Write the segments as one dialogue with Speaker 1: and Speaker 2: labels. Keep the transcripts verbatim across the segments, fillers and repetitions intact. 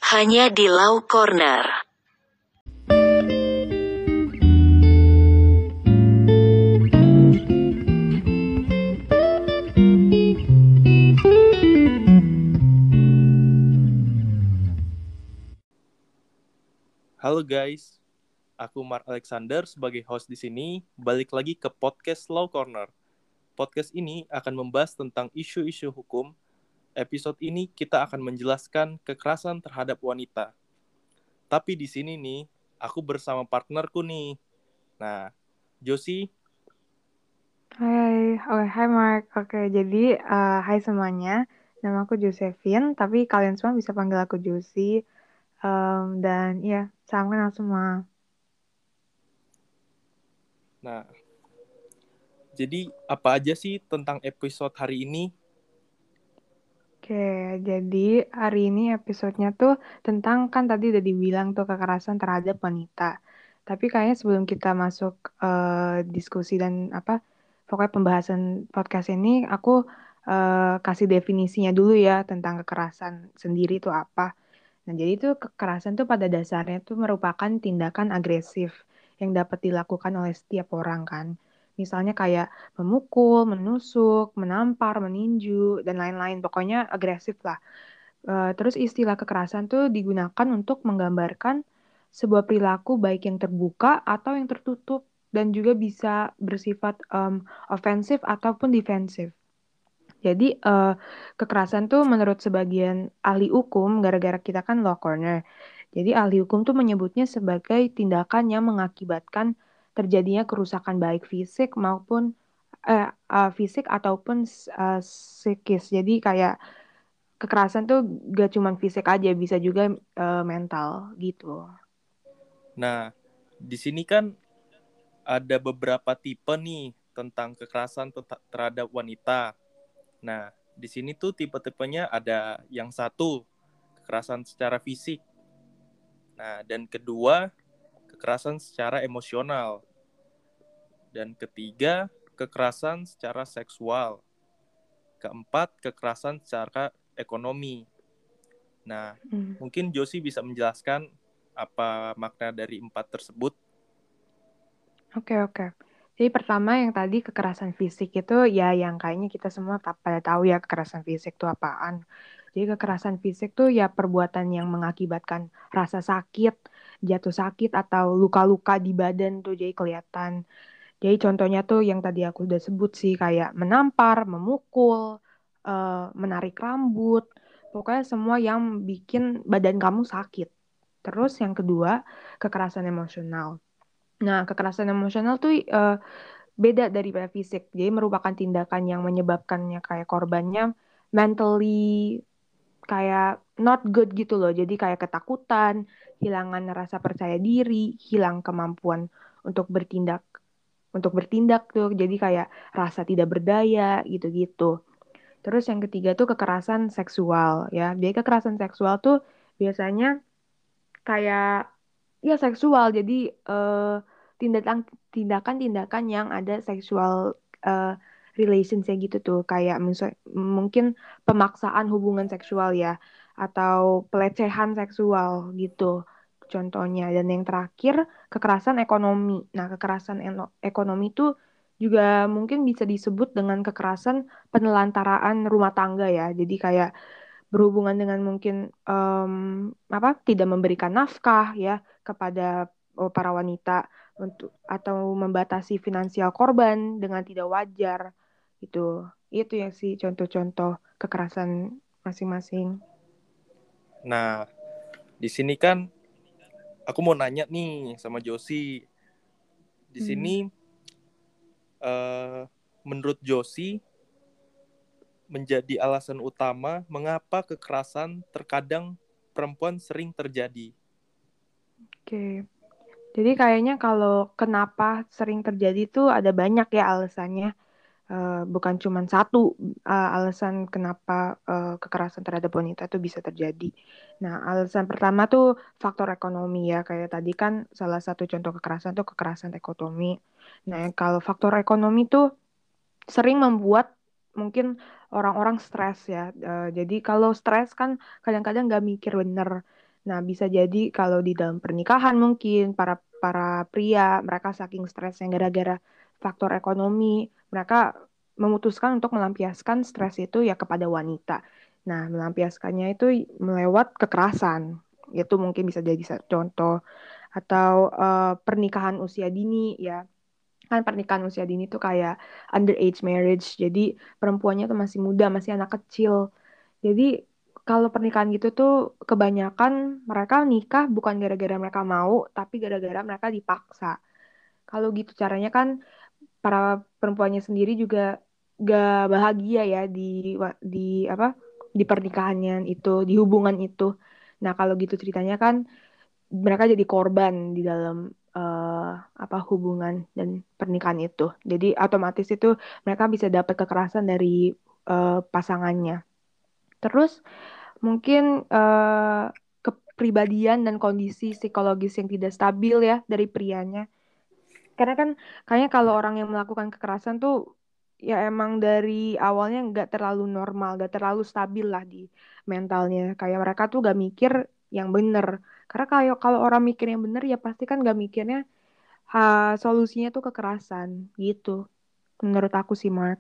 Speaker 1: Hanya di Law Corner.
Speaker 2: Halo guys, aku Mark Alexander sebagai host di sini, balik lagi ke podcast Law Corner. Podcast ini akan membahas tentang isu-isu hukum. Episode ini kita akan menjelaskan kekerasan terhadap wanita. Tapi di sini nih, aku bersama partnerku nih. Nah, Josie,
Speaker 3: Hai, oke, hai Mark. Oke, jadi eh, hai semuanya. Nama aku Josephine, tapi kalian semua bisa panggil aku Josie. Em, dan ya, salam kenal semua.
Speaker 2: nah, jadi apa aja sih tentang episode hari ini?
Speaker 3: Oke, jadi hari ini episodenya tuh tentang, kan tadi udah dibilang tuh kekerasan terhadap wanita. Tapi kayaknya sebelum kita masuk eh, diskusi dan apa, pokoknya pembahasan podcast ini, aku eh, kasih definisinya dulu ya tentang kekerasan sendiri itu apa. Nah, jadi itu kekerasan tuh pada dasarnya tuh merupakan tindakan agresif yang dapat dilakukan oleh setiap orang kan. Misalnya kayak memukul, menusuk, menampar, meninju, dan lain-lain. Pokoknya agresif lah. Eh, terus istilah kekerasan tuh digunakan untuk menggambarkan sebuah perilaku baik yang terbuka atau yang tertutup dan juga bisa bersifat em, ofensif ataupun defensif. Jadi eh, kekerasan tuh menurut sebagian ahli hukum, gara-gara kita kan law corner. Jadi ahli hukum tuh menyebutnya sebagai tindakan yang mengakibatkan terjadinya kerusakan baik fisik maupun eh, eh, fisik ataupun eh, psikis. Jadi kayak kekerasan tuh gak cuma fisik aja, bisa juga eh, mental gitu.
Speaker 2: Nah, di sini kan ada beberapa tipe nih tentang kekerasan teta- terhadap wanita. Nah, di sini tuh tipe-tipenya ada yang satu, kekerasan secara fisik. Nah, dan kedua, kekerasan secara emosional. Dan ketiga, kekerasan secara seksual. Keempat, kekerasan secara ekonomi. Nah,
Speaker 3: Hmm.
Speaker 2: mungkin Josie bisa menjelaskan apa makna dari empat tersebut.
Speaker 3: Oke, oke. Jadi pertama yang tadi kekerasan fisik itu ya yang kayaknya kita semua ta- pada tahu ya kekerasan fisik itu apaan. Jadi kekerasan fisik tuh ya perbuatan yang mengakibatkan rasa sakit, jatuh sakit atau luka-luka di badan tuh jadi kelihatan. Jadi contohnya tuh yang tadi aku udah sebut sih kayak menampar, memukul, eh, menarik rambut, pokoknya semua yang bikin badan kamu sakit. Terus yang kedua, kekerasan emosional. Nah, kekerasan emosional tuh eh, beda daripada fisik. Jadi merupakan tindakan yang menyebabkannya kayak korbannya mentally kayak not good gitu loh. Jadi kayak ketakutan, hilangan rasa percaya diri, hilang kemampuan untuk bertindak untuk bertindak tuh. Jadi kayak rasa tidak berdaya gitu-gitu. Terus yang ketiga tuh kekerasan seksual ya. Jadi kekerasan seksual tuh biasanya kayak ya seksual. Jadi eh, tindakan tindakan-tindakan yang ada seksual eh, relationsnya gitu tuh kayak misal- mungkin pemaksaan hubungan seksual ya atau pelecehan seksual gitu contohnya. Dan yang terakhir kekerasan ekonomi. Nah, kekerasan eno- ekonomi itu juga mungkin bisa disebut dengan kekerasan penelantaraan rumah tangga ya. Jadi kayak berhubungan dengan mungkin em, apa tidak memberikan nafkah ya kepada oh, para wanita untuk atau membatasi finansial korban dengan tidak wajar itu itu ya sih contoh-contoh kekerasan masing-masing.
Speaker 2: Nah, di sini kan aku mau nanya nih sama Josie. Di
Speaker 3: Hmm.
Speaker 2: sini eh, menurut Josie menjadi alasan utama mengapa kekerasan terkadang perempuan sering terjadi.
Speaker 3: Oke. Jadi kayaknya kalau kenapa sering terjadi itu ada banyak ya alasannya. Eh, bukan cuma satu eh, alasan kenapa eh, kekerasan terhadap wanita itu bisa terjadi. Nah, alasan pertama tuh faktor ekonomi ya. Kayak tadi kan salah satu contoh kekerasan tuh kekerasan ekonomi. Nah, kalau faktor ekonomi tuh sering membuat mungkin orang-orang stres ya. Eh, jadi kalau stres kan kadang-kadang nggak mikir bener. Nah, bisa jadi kalau di dalam pernikahan mungkin para para pria mereka saking stresnya gara-gara faktor ekonomi, mereka memutuskan untuk melampiaskan stres itu ya kepada wanita. Nah, melampiaskannya itu melewat kekerasan. Itu mungkin bisa jadi sa- contoh atau eh, pernikahan usia dini ya. Kan pernikahan usia dini tuh kayak underage marriage. Jadi perempuannya tuh masih muda, masih anak kecil. Jadi kalau pernikahan gitu tuh kebanyakan mereka nikah bukan gara-gara mereka mau, tapi gara-gara mereka dipaksa. Kalau gitu caranya kan para perempuannya sendiri juga gak bahagia ya di di apa di pernikahannya itu, di hubungan itu. Nah, kalau gitu ceritanya kan mereka jadi korban di dalam eh, apa hubungan dan pernikahan itu. Jadi otomatis itu mereka bisa dapat kekerasan dari eh, pasangannya. Terus mungkin eh, kepribadian dan kondisi psikologis yang tidak stabil ya dari prianya. Karena kan kayaknya kalau orang yang melakukan kekerasan tuh ya emang dari awalnya nggak terlalu normal, nggak terlalu stabil lah di mentalnya. Kayak mereka tuh gak mikir yang bener. Karena kalau kalau orang mikir yang bener ya pasti kan gak mikirnya ha, solusinya tuh kekerasan gitu. Menurut aku sih Mark.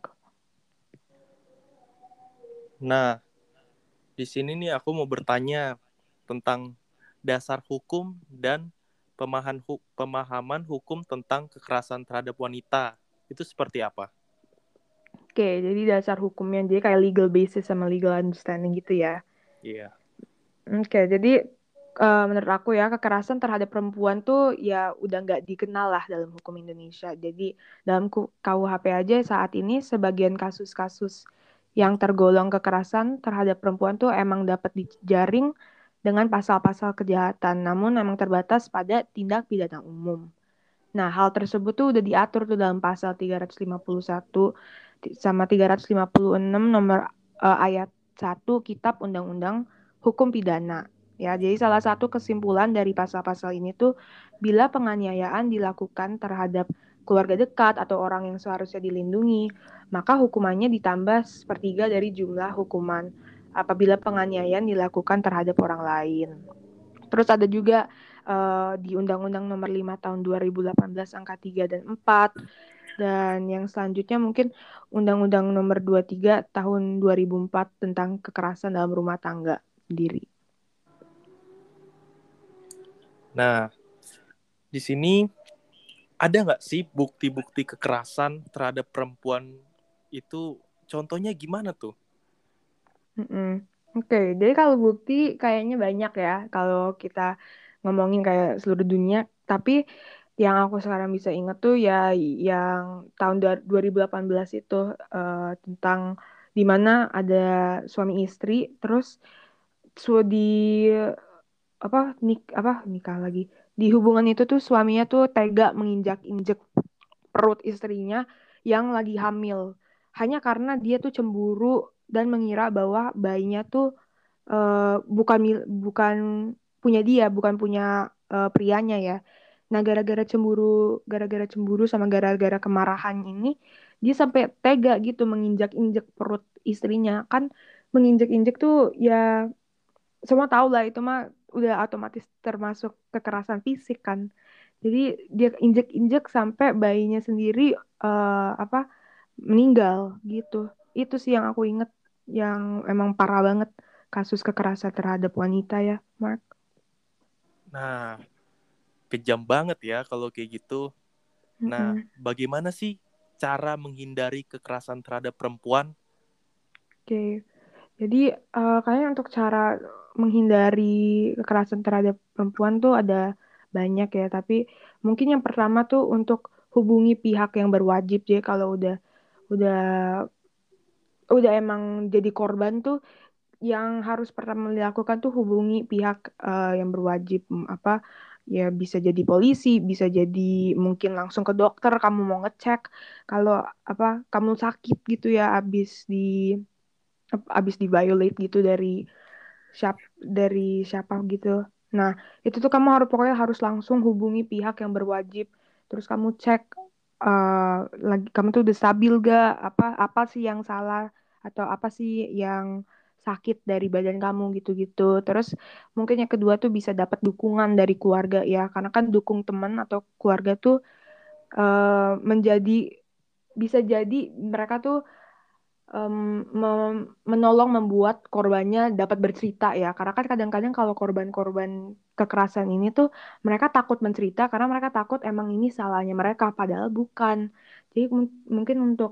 Speaker 2: Nah, di sini nih aku mau bertanya tentang dasar hukum dan pemahaman, hu- pemahaman hukum tentang kekerasan terhadap wanita. Itu seperti apa?
Speaker 3: Oke, jadi dasar hukumnya jadi kayak legal basis sama legal understanding gitu ya.
Speaker 2: Iya.
Speaker 3: Oke, jadi eh, menurut aku ya kekerasan terhadap perempuan tuh ya udah nggak dikenal lah dalam hukum Indonesia. Jadi dalam Ku- K U H P aja saat ini sebagian kasus-kasus yang tergolong kekerasan terhadap perempuan tuh emang dapat dijaring dengan pasal-pasal kejahatan, namun emang terbatas pada tindak pidana umum. Nah, hal tersebut tuh udah diatur tuh dalam pasal tiga ratus lima puluh satu ti- sama tiga ratus lima puluh enam nomor eh, ayat satu Kitab Undang-Undang Hukum Pidana. Ya, jadi salah satu kesimpulan dari pasal-pasal ini tuh bila penganiayaan dilakukan terhadap keluarga dekat atau orang yang seharusnya dilindungi, maka hukumannya ditambah sepertiga dari jumlah hukuman apabila penganiayaan dilakukan terhadap orang lain. Terus ada juga eh, di Undang-Undang Nomor lima Tahun dua ribu delapan belas Angka tiga dan empat. Dan yang selanjutnya mungkin Undang-Undang Nomor dua puluh tiga Tahun dua ribu empat tentang kekerasan dalam rumah tangga sendiri.
Speaker 2: Nah, di sini ada nggak sih bukti-bukti kekerasan terhadap perempuan itu? Contohnya gimana tuh?
Speaker 3: Mm-mm. Oke, jadi kalau bukti kayaknya banyak ya kalau kita ngomongin kayak seluruh dunia. Tapi yang aku sekarang bisa ingat tuh ya yang tahun dua ribu delapan belas itu eh, tentang di mana ada suami istri terus su di apa nik apa nikah lagi di hubungan itu tuh suaminya tuh tega menginjak-injek perut istrinya yang lagi hamil hanya karena dia tuh cemburu dan mengira bahwa bayinya tuh eh, bukan mil- bukan punya dia, bukan punya eh, prianya ya. Nah, gara-gara cemburu, gara-gara cemburu sama gara-gara kemarahan ini, dia sampai tega gitu menginjak-injek perut istrinya. Kan menginjek-injek tuh ya semua tahu lah itu mah udah otomatis termasuk kekerasan fisik kan. Jadi dia injek-injek sampai bayinya sendiri eh, apa meninggal gitu. Itu sih yang aku inget yang emang parah banget kasus kekerasan terhadap wanita ya, Mark.
Speaker 2: Nah, kejam banget ya kalau kayak gitu. Nah,
Speaker 3: Mm-mm.
Speaker 2: bagaimana sih cara menghindari kekerasan terhadap perempuan?
Speaker 3: Oke, jadi eh, kayaknya untuk cara menghindari kekerasan terhadap perempuan tuh ada banyak ya, tapi mungkin yang pertama tuh untuk hubungi pihak yang berwajib. Jadi kalau udah udah udah emang jadi korban tuh yang harus pertama dilakukan tuh hubungi pihak eh, yang berwajib. Hmm, apa ya bisa jadi polisi, bisa jadi mungkin langsung ke dokter kamu mau ngecek kalau apa kamu sakit gitu ya abis di abis di violate gitu dari siap dari siapa gitu. Nah, itu tuh kamu harus pokoknya harus langsung hubungi pihak yang berwajib. Terus kamu cek eh, lagi kamu tuh udah stabil gak? Apa apa sih yang salah atau apa sih yang sakit dari badan kamu gitu-gitu. Terus mungkin yang kedua tuh bisa dapat dukungan dari keluarga ya, karena kan dukung teman atau keluarga tuh eh, menjadi bisa jadi mereka tuh em, mem- menolong membuat korbannya dapat bercerita ya. Karena kan kadang-kadang kalau korban-korban kekerasan ini tuh mereka takut mencerita karena mereka takut emang ini salahnya mereka, padahal bukan. Jadi mung- mungkin untuk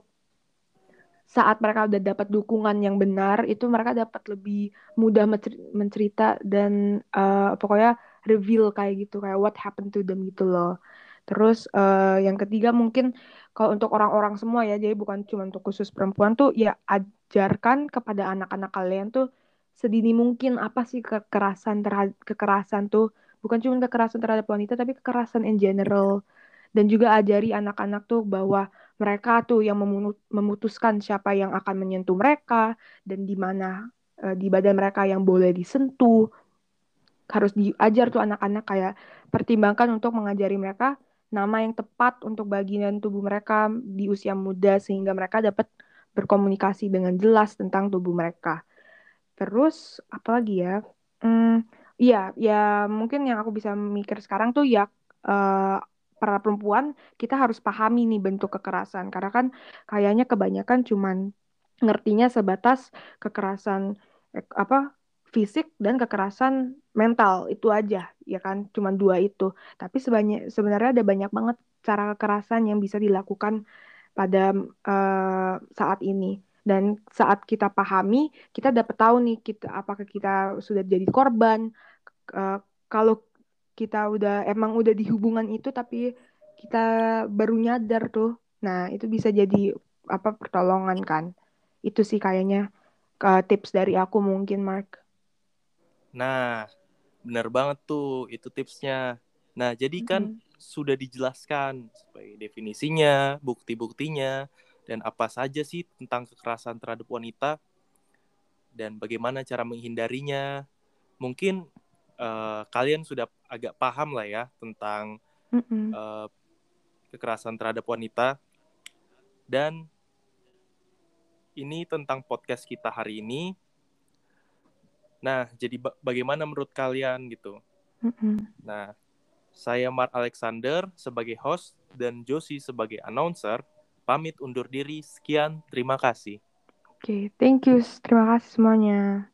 Speaker 3: saat mereka udah dapat dukungan yang benar, itu mereka dapat lebih mudah mencer- mencerita dan eh, pokoknya reveal kayak gitu, kayak what happened to them gitu loh. Terus eh, yang ketiga mungkin kalau untuk orang-orang semua ya, jadi bukan cuma untuk khusus perempuan tuh ya ajarkan kepada anak-anak kalian tuh sedini mungkin apa sih kekerasan terhadap kekerasan tuh bukan cuma kekerasan terhadap wanita tapi kekerasan in general, dan juga ajari anak-anak tuh bahwa mereka tuh yang memu- memutuskan siapa yang akan menyentuh mereka dan di mana eh, di badan mereka yang boleh disentuh. Harus diajar tuh anak-anak kayak pertimbangkan untuk mengajari mereka nama yang tepat untuk bagian tubuh mereka di usia muda sehingga mereka dapat berkomunikasi dengan jelas tentang tubuh mereka. Terus apa lagi ya? Hmm, iya, ya mungkin yang aku bisa mikir sekarang tuh ya eh, para perempuan kita harus pahami nih bentuk kekerasan karena kan kayaknya kebanyakan cuman ngertinya sebatas kekerasan eh, apa fisik dan kekerasan mental itu aja ya kan cuman dua itu. Tapi sebanyak sebenarnya ada banyak banget cara kekerasan yang bisa dilakukan pada eh, saat ini. Dan saat kita pahami, kita dapat tahu nih kita apakah kita sudah jadi korban. Eh, kalau kita udah emang udah di hubungan itu tapi kita baru nyadar tuh. Nah, itu bisa jadi apa pertolongan kan. Itu sih kayaknya eh, tips dari aku mungkin Mark.
Speaker 2: Nah, benar banget tuh itu tipsnya. Nah, jadi kan
Speaker 3: Mm-mm.
Speaker 2: sudah dijelaskan sebagai definisinya, bukti-buktinya, dan apa saja sih tentang kekerasan terhadap wanita dan bagaimana cara menghindarinya. Mungkin eh, kalian sudah agak paham lah ya tentang
Speaker 3: Mm-mm.
Speaker 2: eh, kekerasan terhadap wanita. Dan ini tentang podcast kita hari ini. Nah, jadi ba- bagaimana menurut kalian gitu?
Speaker 3: Mm-mm.
Speaker 2: Nah, saya Mark Alexander sebagai host dan Josie sebagai announcer. Pamit undur diri. Sekian, terima kasih.
Speaker 3: Oke, thank you. Terima kasih semuanya.